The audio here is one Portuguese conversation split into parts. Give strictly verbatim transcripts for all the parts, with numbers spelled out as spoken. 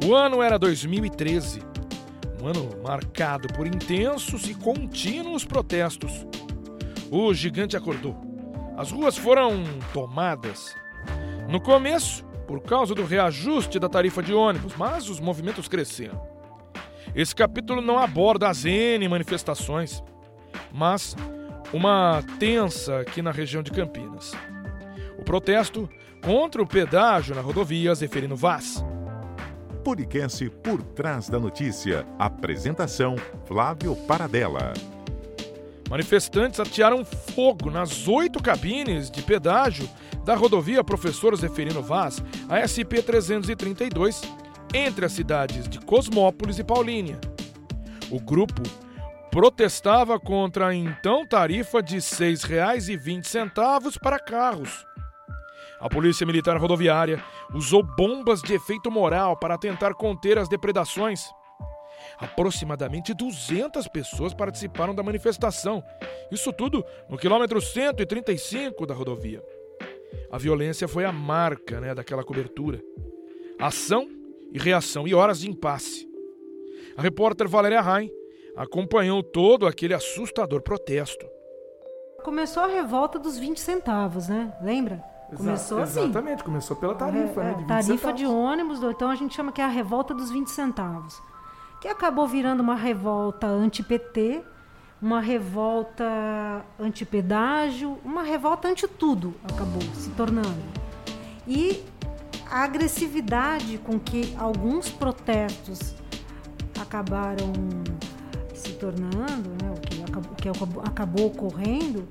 O ano era dois mil e treze, um ano marcado por intensos e contínuos protestos. O gigante acordou. As ruas foram tomadas. No começo, por causa do reajuste da tarifa de ônibus, mas os movimentos cresceram. Esse capítulo não aborda as N manifestações, mas uma tensa aqui na região de Campinas. O protesto contra o pedágio na rodovia Zeferino Vaz. Podcast Por Trás da Notícia. Apresentação: Flávio Paradella. Manifestantes atearam fogo nas oito cabines de pedágio da rodovia Professor Zeferino Vaz, a S P trezentos e trinta e dois, entre as cidades de Cosmópolis e Paulínia. O grupo protestava contra a então tarifa de seis reais e vinte centavos para carros. A Polícia Militar Rodoviária usou bombas de efeito moral para tentar conter as depredações. Aproximadamente duzentas pessoas participaram da manifestação. Isso tudo no quilômetro cento e trinta e cinco da rodovia. A violência foi a marca, né, daquela cobertura. Ação e reação e horas de impasse. A repórter Valéria Rain acompanhou todo aquele assustador protesto. Começou a revolta dos vinte centavos, né? Lembra? Começou Exa- assim. Exatamente, começou pela tarifa, é, né? é, De vinte tarifa centavos. de ônibus, então a gente chama que é a revolta dos vinte centavos. Que acabou virando uma revolta anti-P T, uma revolta anti-pedágio, uma revolta anti-tudo acabou se tornando. E a agressividade com que alguns protestos acabaram se tornando, né, o que acabou, o que acabou, acabou ocorrendo,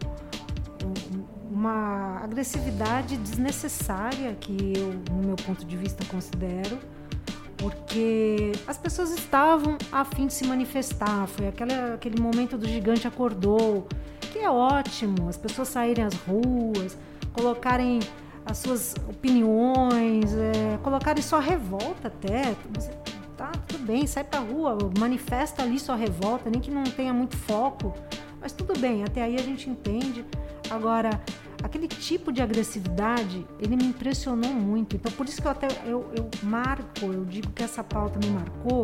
uma agressividade desnecessária que eu, no meu ponto de vista, considero, porque as pessoas estavam a fim de se manifestar, foi aquela, aquele momento do gigante acordou, que é ótimo, as pessoas saírem às ruas, colocarem as suas opiniões, é, colocarem sua revolta até, tá, tudo bem, sai pra rua, manifesta ali sua revolta, nem que não tenha muito foco, mas tudo bem, até aí a gente entende. Agora, aquele tipo de agressividade, ele me impressionou muito. Então, por isso que eu até eu, eu marco, eu digo que essa pauta me marcou,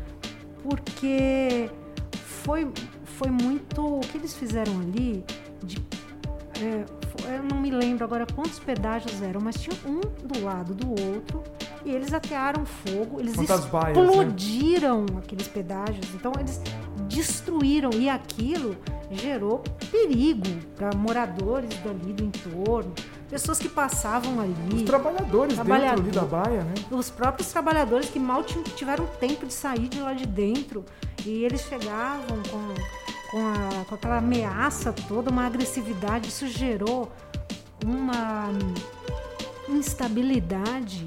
porque foi, foi muito... O que eles fizeram ali, de, é, eu não me lembro agora quantos pedágios eram, mas tinha um do lado do outro, e eles atearam fogo, eles Quantas baias, explodiram, né? Aqueles pedágios. Então, eles destruíram, e aquilo gerou perigo para moradores dali do entorno, pessoas que passavam ali. Os trabalhadores trabalhador, dentro ali da baia, né? Os próprios trabalhadores que mal tiveram tempo de sair de lá de dentro. E eles chegavam com, com, a, com aquela ameaça toda, uma agressividade. Isso gerou uma instabilidade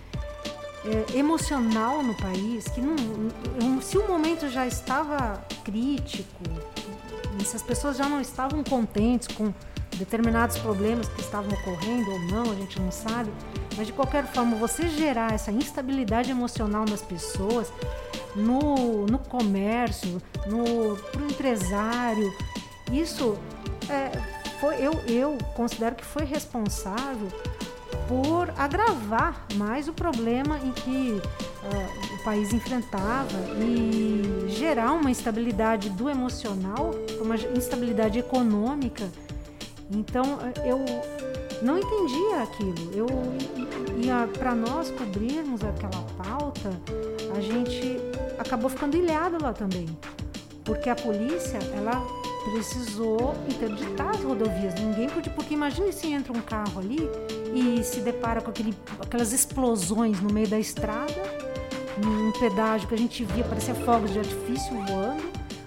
é, emocional no país, que não, se o momento já estava crítico, se as pessoas já não estavam contentes com determinados problemas que estavam ocorrendo ou não, a gente não sabe, mas de qualquer forma, você gerar essa instabilidade emocional nas pessoas, no, no comércio, no, pro empresário, isso é, foi, eu, eu considero que foi responsável por agravar mais o problema em que uh, o país enfrentava e gerar uma instabilidade do emocional, uma instabilidade econômica. Então, eu não entendia aquilo. Eu, e, e para nós cobrirmos aquela pauta, a gente acabou ficando ilhado lá também, porque a polícia, ela precisou interditar as rodovias. Ninguém podia, porque imagine se entra um carro ali e se depara com aquele, aquelas explosões no meio da estrada, num pedágio que a gente via, parecia fogos de artifício voando,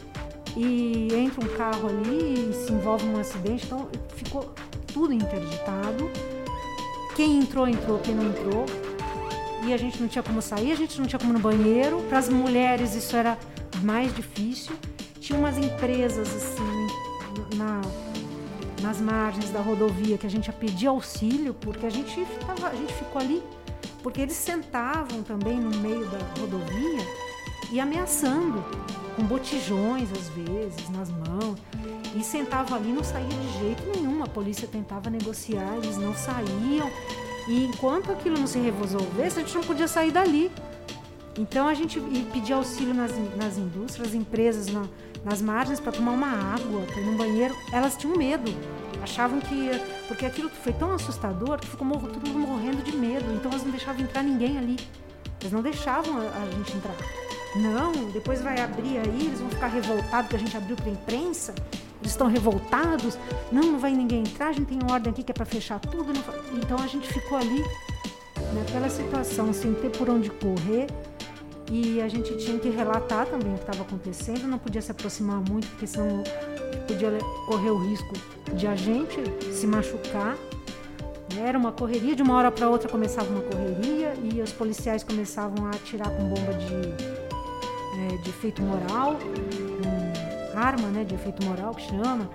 e entra um carro ali e se envolve num acidente. Então ficou tudo interditado. Quem entrou, entrou, quem não entrou, e a gente não tinha como sair, a gente não tinha como ir no banheiro. Para as mulheres isso era mais difícil. Tinha umas empresas assim na, nas margens da rodovia que a gente ia pedir auxílio, porque a gente, tava, a gente ficou ali, porque eles sentavam também no meio da rodovia e ameaçando, com botijões às vezes nas mãos, e sentavam ali e não saía de jeito nenhum. A polícia tentava negociar, eles não saíam, e enquanto aquilo não se resolvesse, a gente não podia sair dali. Então a gente pedia auxílio nas, nas indústrias, empresas, na, nas margens para tomar uma água, para ir no banheiro. Elas tinham medo, achavam que... Porque aquilo foi tão assustador que ficou todo mundo morrendo de medo. Então elas não deixavam entrar ninguém ali. Eles não deixavam a, a gente entrar. Não, depois vai abrir aí, eles vão ficar revoltados que a gente abriu para a imprensa. Eles estão revoltados. Não, não vai ninguém entrar, a gente tem ordem aqui que é para fechar tudo. Não... Então a gente ficou ali naquela situação, sem ter por onde correr. E a gente tinha que relatar também o que estava acontecendo, não podia se aproximar muito, porque senão podia correr o risco de a gente se machucar. Era uma correria, de uma hora para outra começava uma correria e os policiais começavam a atirar com bomba de, é, de efeito moral, um, arma, né, de efeito moral que chama.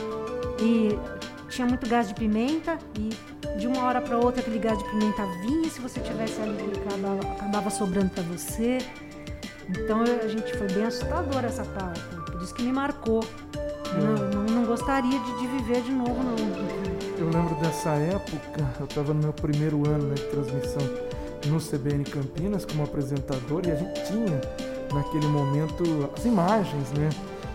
E tinha muito gás de pimenta e de uma hora para outra aquele gás de pimenta vinha, se você tivesse ali acabava, acabava sobrando para você. Então a gente foi bem assustadora essa parte, por isso que me marcou. Não, não, não gostaria de, de viver de novo, não. Eu lembro dessa época, eu estava no meu primeiro ano, né, de transmissão no C B N Campinas como apresentador e a gente tinha naquele momento as imagens, né,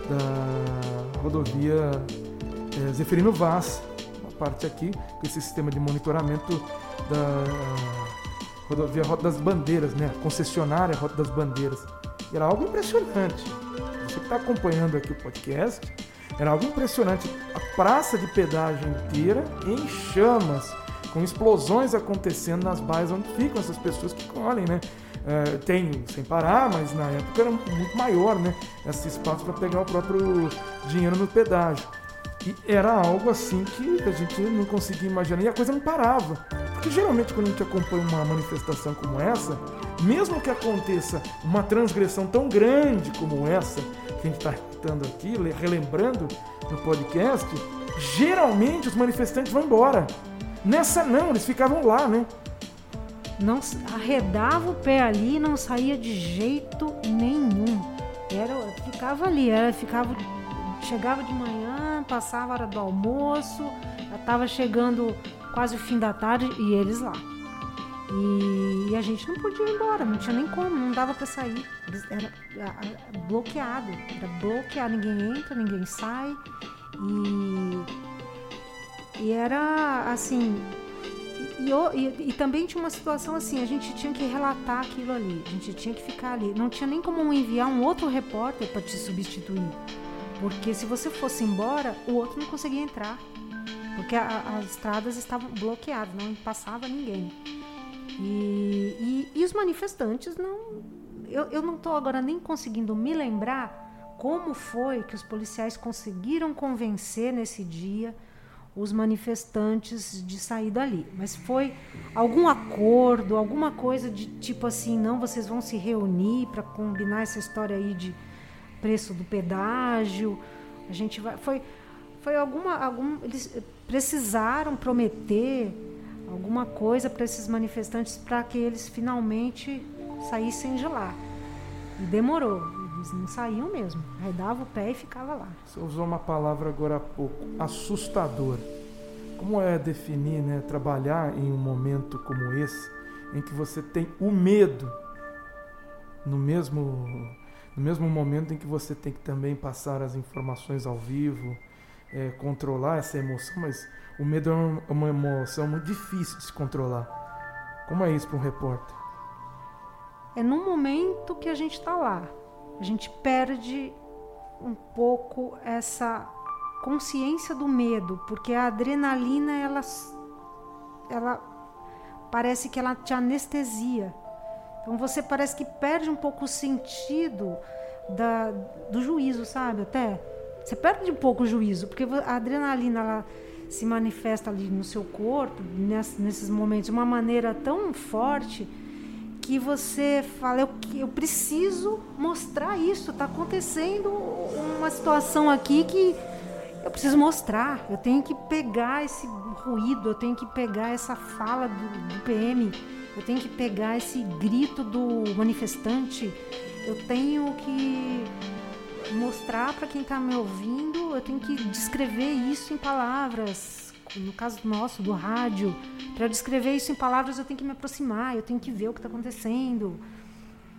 da rodovia é, Zeferino Vaz, parte aqui, com esse sistema de monitoramento da rodovia Rota das Bandeiras, né? A concessionária Rota das Bandeiras. E era algo impressionante. Você que está acompanhando aqui o podcast, era algo impressionante. A praça de pedágio inteira em chamas, com explosões acontecendo nas baias onde ficam essas pessoas que colhem, né? É, tem sem parar, mas na época era muito maior, né? Esse espaço para pegar o próprio dinheiro no pedágio. E era algo assim que a gente não conseguia imaginar e a coisa não parava. Porque geralmente quando a gente acompanha uma manifestação como essa, mesmo que aconteça uma transgressão tão grande como essa, que a gente está retratando aqui, relembrando no podcast, geralmente os manifestantes vão embora. Nessa não, eles ficavam lá, né? Não arredava o pé ali, não saía de jeito nenhum. Era, ficava ali, era, ficava... Chegava de manhã, passava a hora do almoço, já estava chegando quase o fim da tarde e eles lá. E, e a gente não podia ir embora, não tinha nem como, não dava para sair. Era a, a, bloqueado, era bloqueado, ninguém entra, ninguém sai. E, e era assim... E, e, e também tinha uma situação assim, a gente tinha que relatar aquilo ali, a gente tinha que ficar ali. Não tinha nem como enviar um outro repórter para te substituir. Porque se você fosse embora, o outro não conseguia entrar. Porque a, a, as estradas estavam bloqueadas, não passava ninguém. E, e, e os manifestantes não... Eu, eu não estou agora nem conseguindo me lembrar como foi que os policiais conseguiram convencer nesse dia os manifestantes de sair dali. Mas foi algum acordo, alguma coisa de tipo assim, não, vocês vão se reunir para combinar essa história aí de preço do pedágio, a gente vai, foi, foi alguma, algum, eles precisaram prometer alguma coisa para esses manifestantes para que eles finalmente saíssem de lá. E demorou, eles não saíam mesmo, arredava o pé e ficava lá. Você usou uma palavra agora há pouco, assustador. Como é definir, né, trabalhar em um momento como esse, em que você tem o medo, no mesmo... No mesmo momento em que você tem que também passar as informações ao vivo, é, controlar essa emoção, mas o medo é uma emoção muito difícil de se controlar. Como é isso para um repórter? É no momento que a gente está lá. A gente perde um pouco essa consciência do medo, porque a adrenalina, ela, ela parece que ela te anestesia. Então você parece que perde um pouco o sentido da, do juízo, sabe? Até você perde um pouco o juízo, porque a adrenalina ela se manifesta ali no seu corpo, nesses momentos, de uma maneira tão forte que você fala, eu, eu preciso mostrar isso, está acontecendo uma situação aqui que eu preciso mostrar, eu tenho que pegar esse ruído, eu tenho que pegar essa fala do, do P M, eu tenho que pegar esse grito do manifestante, eu tenho que mostrar para quem está me ouvindo, eu tenho que descrever isso em palavras, no caso nosso, do rádio, para descrever isso em palavras eu tenho que me aproximar, eu tenho que ver o que está acontecendo.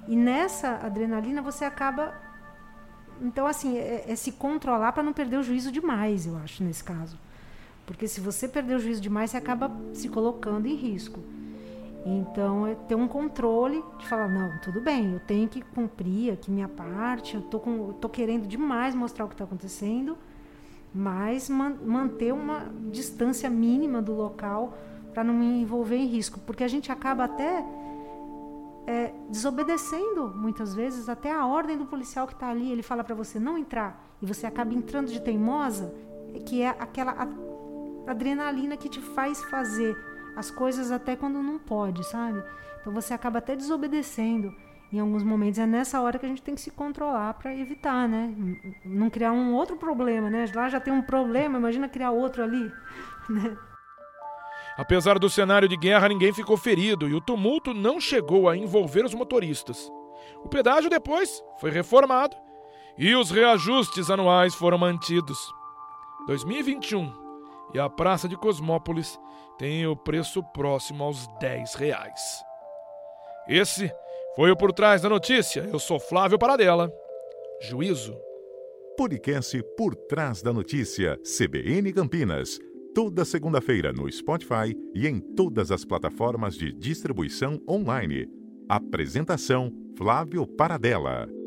E nessa adrenalina você acaba... Então, assim, é, é se controlar para não perder o juízo demais, eu acho, nesse caso. Porque se você perder o juízo demais, você acaba se colocando em risco. Então, é ter um controle de falar, não, tudo bem, eu tenho que cumprir aqui minha parte, eu tô, com, eu tô querendo demais mostrar o que está acontecendo, mas man, manter uma distância mínima do local para não me envolver em risco. Porque a gente acaba até é, desobedecendo, muitas vezes, até a ordem do policial que está ali. Ele fala para você não entrar, e você acaba entrando de teimosa, que é aquela a, adrenalina que te faz fazer as coisas até quando não pode, sabe? Então você acaba até desobedecendo em alguns momentos. É nessa hora que a gente tem que se controlar para evitar, né? Não criar um outro problema, né? Lá já tem um problema, imagina criar outro ali, né? Apesar do cenário de guerra, ninguém ficou ferido e o tumulto não chegou a envolver os motoristas. O pedágio depois foi reformado e os reajustes anuais foram mantidos. dois mil e vinte e um e a Praça de Cosmópolis tem o preço próximo aos dez reais. Esse foi o Por Trás da Notícia. Eu sou Flávio Paradella. Juízo. Podcast Por Trás da Notícia, C B N Campinas. Toda segunda-feira no Spotify e em todas as plataformas de distribuição online. Apresentação Flávio Paradella.